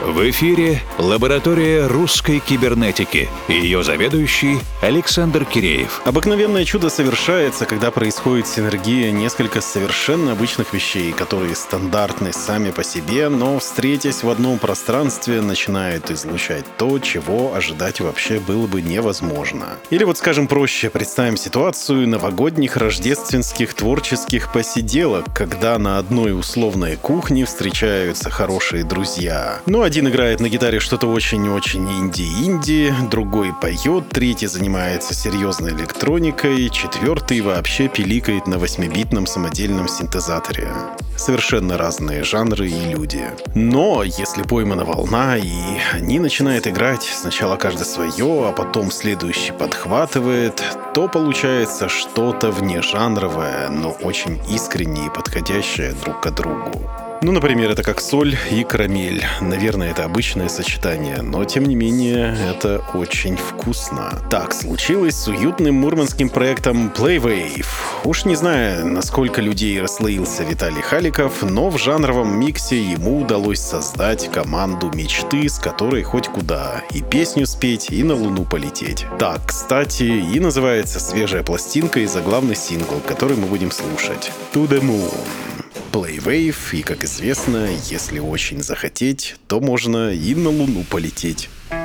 В эфире лаборатория русской кибернетики и ее заведующий Александр Киреев. Обыкновенное чудо совершается, когда происходит синергия нескольких совершенно обычных вещей, которые стандартны сами по себе, но, встретясь в одном пространстве, начинают излучать то, чего ожидать вообще было бы невозможно. Или вот, скажем проще, представим ситуацию новогодних рождественских творческих посиделок, когда на одной условной кухне встречаются хорошие друзья. Один играет на гитаре что-то очень-очень инди-инди, другой поет, третий занимается серьезной электроникой, четвертый вообще пиликает на 8-битном самодельном синтезаторе. Совершенно разные жанры и люди. Но если поймана волна, и они начинают играть сначала каждый свое, а потом следующий подхватывает, то получается что-то внежанровое, но очень искреннее и подходящее друг к другу. Например, это как соль и карамель. Наверное, это обычное сочетание, но, тем не менее, это очень вкусно. Так случилось с уютным мурманским проектом Playwave. Уж не знаю, насколько людей расслоился Виталий Халиков, но в жанровом миксе ему удалось создать команду мечты, с которой хоть куда, и песню спеть, и на Луну полететь. Так, кстати, и называется свежая пластинка и заглавный сингл, который мы будем слушать. To the Moon. Playwave, и, как известно, если очень захотеть, то можно и на Луну полететь.